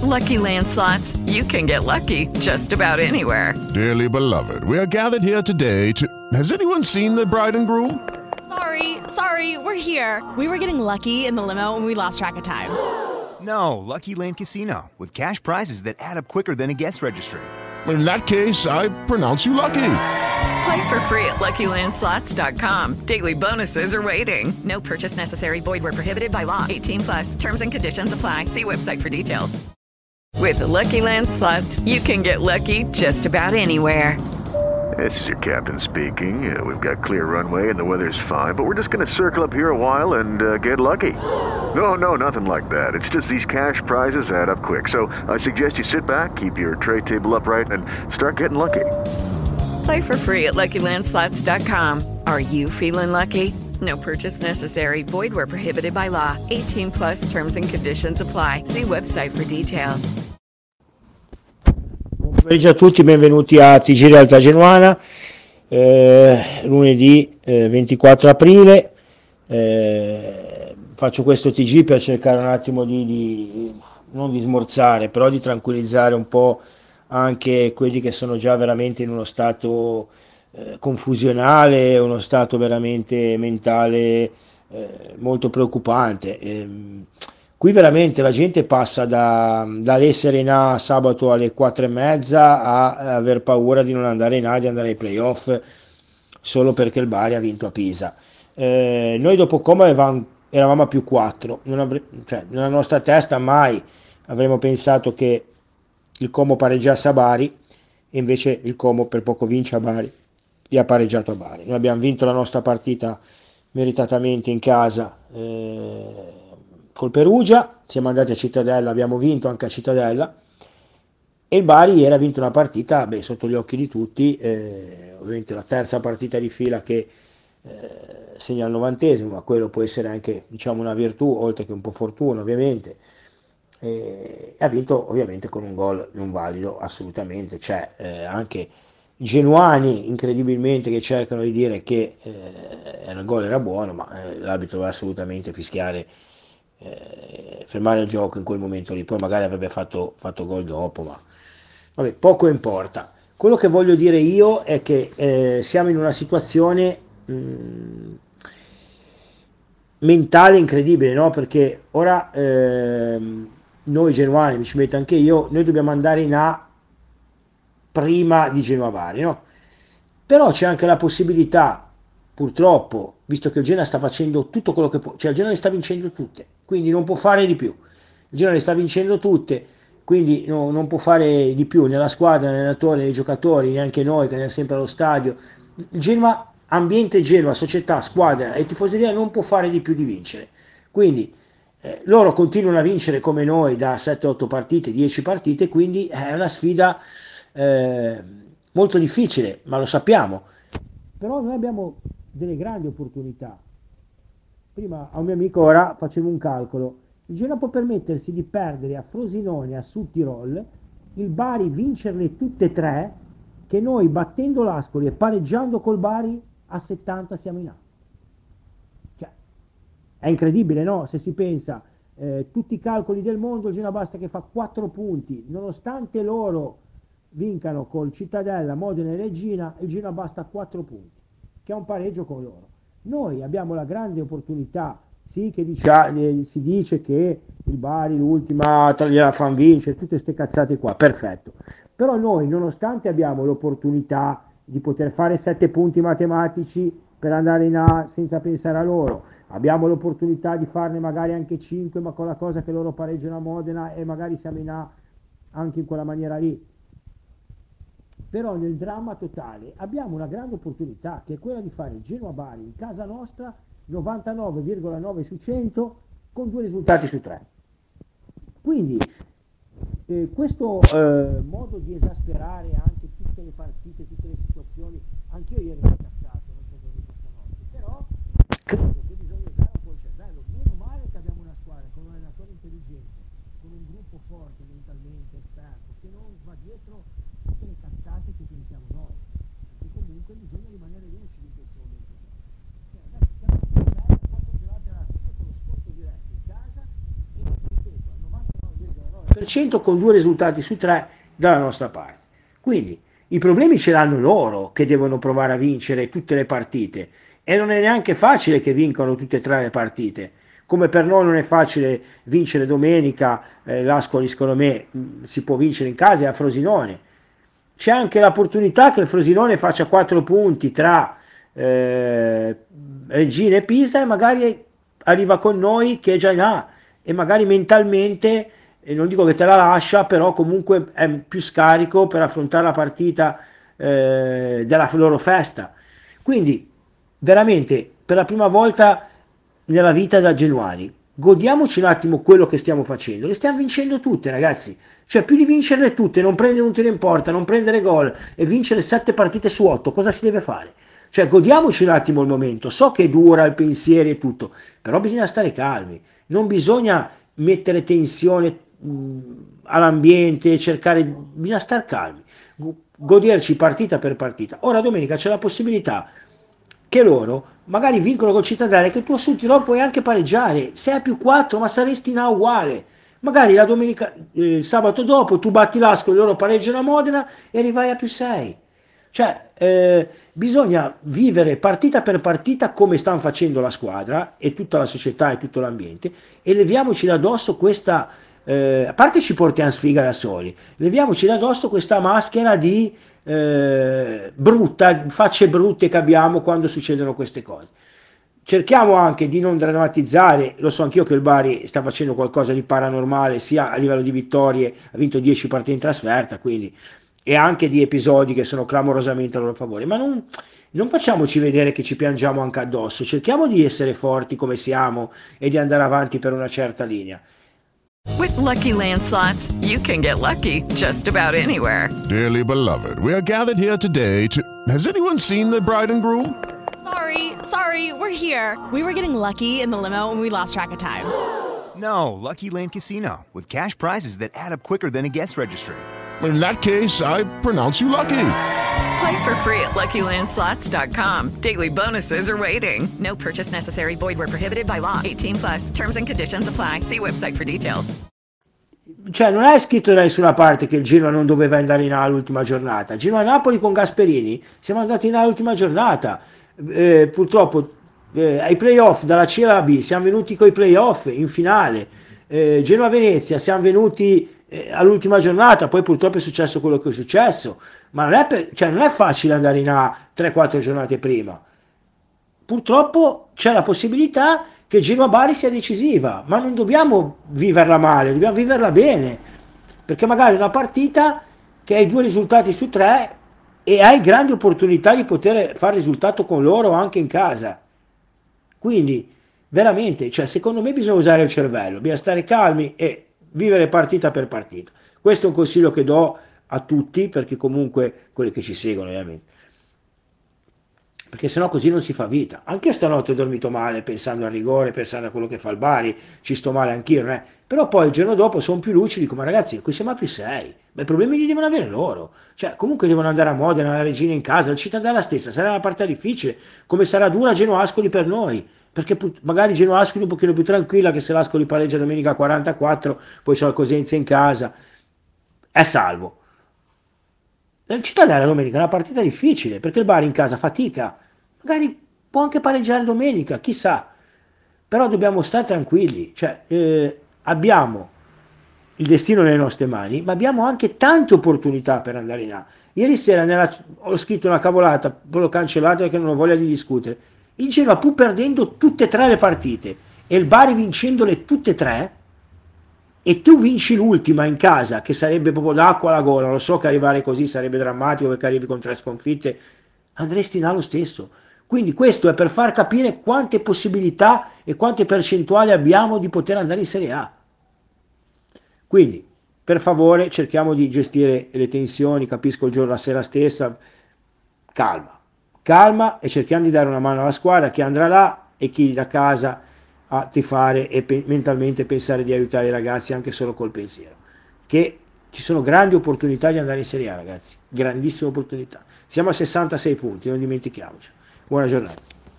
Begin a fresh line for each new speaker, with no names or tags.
Lucky Land Slots, you can get lucky just about anywhere.
Dearly beloved, we are gathered here today to... Has anyone seen the bride and groom?
Sorry, we're here. We were getting lucky in the limo and we lost track of time.
No, Lucky Land Casino, with cash prizes that add up quicker than a guest registry.
In that case, I pronounce you lucky.
Play for free at LuckyLandSlots.com. Daily bonuses are waiting. No purchase necessary. Void where prohibited by law. 18+. Terms and conditions apply. See website for details. With the Lucky Land Slots, you can get lucky just about anywhere.
This is your captain speaking. We've got clear runway and the weather's fine, but we're just going to circle up here a while and get lucky. No, nothing like that. It's just these cash prizes add up quick. So I suggest you sit back, keep your tray table upright, and start getting lucky.
Play for free at LuckyLandSlots.com. Are you feeling lucky? No purchase necessary. Void where prohibited by law. 18+. Terms and conditions apply. See website for details.
Buon pomeriggio a tutti, benvenuti a TG Realtà Genuana, lunedì 24 aprile. Faccio questo TG per cercare un attimo non di smorzare, però di tranquillizzare un po' anche quelli che sono già veramente in uno stato confusionale, uno stato veramente mentale molto preoccupante. Qui veramente la gente passa dall'essere in A sabato alle 4:30 a aver paura di non andare in A, di andare ai playoff solo perché il Bari ha vinto a Pisa. Noi dopo Como eravamo a +4, nella nostra testa mai avremmo pensato che il Como pareggiasse a Bari, e invece il Como per poco vince a Bari e ha pareggiato a Bari. Noi abbiamo vinto la nostra partita meritatamente in casa col Perugia, siamo andati a Cittadella, abbiamo vinto anche a Cittadella, e il Bari ieri ha vinto una partita sotto gli occhi di tutti, ovviamente la terza partita di fila che segna al 90°, ma quello può essere anche una virtù oltre che un po' fortuna ovviamente. Ha vinto ovviamente con un gol non valido assolutamente. C'è anche genuani incredibilmente che cercano di dire che il gol era buono, ma l'arbitro doveva assolutamente fischiare, fermare il gioco in quel momento lì, poi magari avrebbe fatto gol dopo, ma vabbè, poco importa. Quello che voglio dire io è che siamo in una situazione mentale incredibile, no? Perché ora noi genuani, mi ci metto anche io, noi dobbiamo andare in A prima di Genoa Bari, no? Però c'è anche la possibilità, purtroppo, visto che il Genoa sta facendo tutto quello che può, cioè il Genoa le sta vincendo tutte, quindi non può fare di più. Il Genoa le sta vincendo tutte, quindi non può fare di più, nella squadra, nell'allenatore, nei giocatori, neanche noi che andiamo sempre allo stadio. Il Genoa, ambiente Genoa, società, squadra e tifoseria non può fare di più di vincere. Quindi loro continuano a vincere come noi da 7-8 partite, 10 partite, quindi è una sfida molto difficile, ma lo sappiamo. Però noi abbiamo delle grandi opportunità. Prima a un mio amico ora facevo un calcolo. Il Genoa può permettersi di perdere a Frosinone, a Sud Tirol, il Bari vincerle tutte e tre, che noi battendo l'Ascoli e pareggiando col Bari a 70 siamo in A. Cioè, è incredibile, no? Se si pensa, tutti i calcoli del mondo, il Genoa basta che fa 4 punti, nonostante loro vincano col Cittadella, Modena e Reggina, il Genoa basta 4 punti, che è un pareggio con loro. Noi abbiamo la grande opportunità, sì, che si dice che il Bari l'ultima gliela fanno vincere, tutte queste cazzate qua, perfetto. Però noi, nonostante abbiamo l'opportunità di poter fare 7 punti matematici per andare in A senza pensare a loro, abbiamo l'opportunità di farne magari anche 5, ma con la cosa che loro pareggiano a Modena e magari siamo in A anche in quella maniera lì. Però nel dramma totale abbiamo una grande opportunità, che è quella di fare Genoa-Bari in casa nostra 99,9 su 100 con 2 risultati su 3. Quindi questo modo di esasperare anche tutte le partite, tutte le situazioni, anch'io ieri ero incazzato, non so dormito stanotte, però credo che bisogna usare un po' il cervello. Meno male che abbiamo una squadra con un allenatore intelligente, con un gruppo forte mentalmente, esperto, che non va dietro tutte le cazzate che pensiamo noi, perché comunque bisogna rimanere lucidi in questo momento. Ragazzi, siamo a 4 gelati alla fine con lo sconto diretto in casa e ripeto, al 99,9% 100% con 2 risultati su 3 dalla nostra parte. Quindi i problemi ce l'hanno loro che devono provare a vincere tutte le partite, e non è neanche facile che vincano tutte e 3 le partite, come per noi non è facile vincere domenica. L'Ascoli secondo me si può vincere in casa e a Frosinone. C'è anche l'opportunità che il Frosinone faccia 4 punti tra Reggina e Pisa, e magari arriva con noi che è già in A, e magari mentalmente, non dico che te la lascia, però comunque è più scarico per affrontare la partita della loro festa. Quindi veramente per la prima volta nella vita da genuani godiamoci un attimo quello che stiamo facendo. Le stiamo vincendo tutte, ragazzi, cioè più di vincerle tutte, non prendere un tiro in porta, non prendere gol e vincere 7 partite su 8, cosa si deve fare? Cioè godiamoci un attimo il momento. So che dura il pensiero e tutto, però bisogna stare calmi, non bisogna mettere tensione all'ambiente, bisogna stare calmi, goderci partita per partita. Ora domenica c'è la possibilità che loro magari vincono col Cittadella, che tu sul tiro puoi anche pareggiare, 6+4, ma saresti in A uguale. Magari la domenica, il sabato dopo tu batti l'Ascoli, loro pareggiano a Modena e arrivai a +6. Cioè bisogna vivere partita per partita come stanno facendo la squadra e tutta la società e tutto l'ambiente, e leviamoci da addosso questa a parte ci portiamo sfiga da soli, leviamoci da addosso questa maschera di facce brutte che abbiamo quando succedono queste cose. Cerchiamo anche di non drammatizzare. Lo so anch'io che il Bari sta facendo qualcosa di paranormale, sia a livello di vittorie, ha vinto 10 partite in trasferta, quindi, e anche di episodi che sono clamorosamente a loro favore, ma non facciamoci vedere che ci piangiamo anche addosso. Cerchiamo di essere forti come siamo e di andare avanti per una certa linea.
With Lucky Land Slots, you can get lucky just about anywhere.
Dearly beloved, we are gathered here today to... Has anyone seen the bride and groom?
Sorry, we're here. We were getting lucky in the limo and we lost track of time.
No, Lucky Land Casino, with cash prizes that add up quicker than a guest registry.
In that case, I pronounce you lucky.
Play for free at LuckyLandSlots.com. Daily bonuses are waiting. No purchase necessary. Void where prohibited by law. 18+. Terms and conditions apply. See website for details.
Cioè non è scritto da nessuna parte che il Genoa non doveva andare in A l'ultima giornata. Genoa-Napoli con Gasperini siamo andati in A l'ultima giornata. Purtroppo ai playoff dalla C alla B siamo venuti coi playoff in finale. Genoa-Venezia siamo venuti all'ultima giornata, poi purtroppo è successo quello che è successo, ma non è facile andare in A 3-4 giornate prima. Purtroppo c'è la possibilità che Genoa-Bari sia decisiva, ma non dobbiamo viverla male, dobbiamo viverla bene, perché magari è una partita che hai 2 risultati su 3 e hai grandi opportunità di poter fare risultato con loro anche in casa. Quindi veramente, cioè, secondo me bisogna usare il cervello, bisogna stare calmi e vivere partita per partita. Questo è un consiglio che do a tutti, perché comunque quelli che ci seguono ovviamente, perché sennò così non si fa vita. Anche io stanotte ho dormito male pensando al rigore, pensando a quello che fa il Bari, ci sto male anch'io, non è? Però poi il giorno dopo sono più lucido, dico ma ragazzi qui siamo a +6, ma i problemi li devono avere loro, cioè comunque devono andare a Modena, alla Regina in casa, il Cittadella stessa, sarà una partita difficile, come sarà dura Genoa-Ascoli per noi, perché magari Genoa-Ascoli un pochino più tranquilla, che se l'Ascoli pareggia domenica 44, poi c'è la Cosenza in casa, è salvo. Il Cittadella domenica è una partita difficile, perché il Bari in casa fatica, magari può anche pareggiare domenica, chissà, però dobbiamo stare tranquilli, cioè abbiamo il destino nelle nostre mani, ma abbiamo anche tante opportunità per andare in A. Ieri sera ho scritto una cavolata, poi l'ho cancellato perché non ho voglia di discutere. Il Genoa, pur perdendo tutte e 3 le partite e il Bari vincendole tutte e 3, e tu vinci l'ultima in casa, che sarebbe proprio d'acqua alla gola, lo so che arrivare così sarebbe drammatico perché arrivi con 3 sconfitte, andresti in A lo stesso. Quindi questo è per far capire quante possibilità e quante percentuali abbiamo di poter andare in Serie A. Quindi per favore cerchiamo di gestire le tensioni, capisco il giorno, la sera stessa, calma, e cerchiamo di dare una mano alla squadra, chi andrà là e chi da casa a tifare e mentalmente pensare di aiutare i ragazzi anche solo col pensiero, che ci sono grandi opportunità di andare in Serie A, ragazzi, grandissime opportunità. Siamo a 66 punti, non dimentichiamoci. Buona giornata.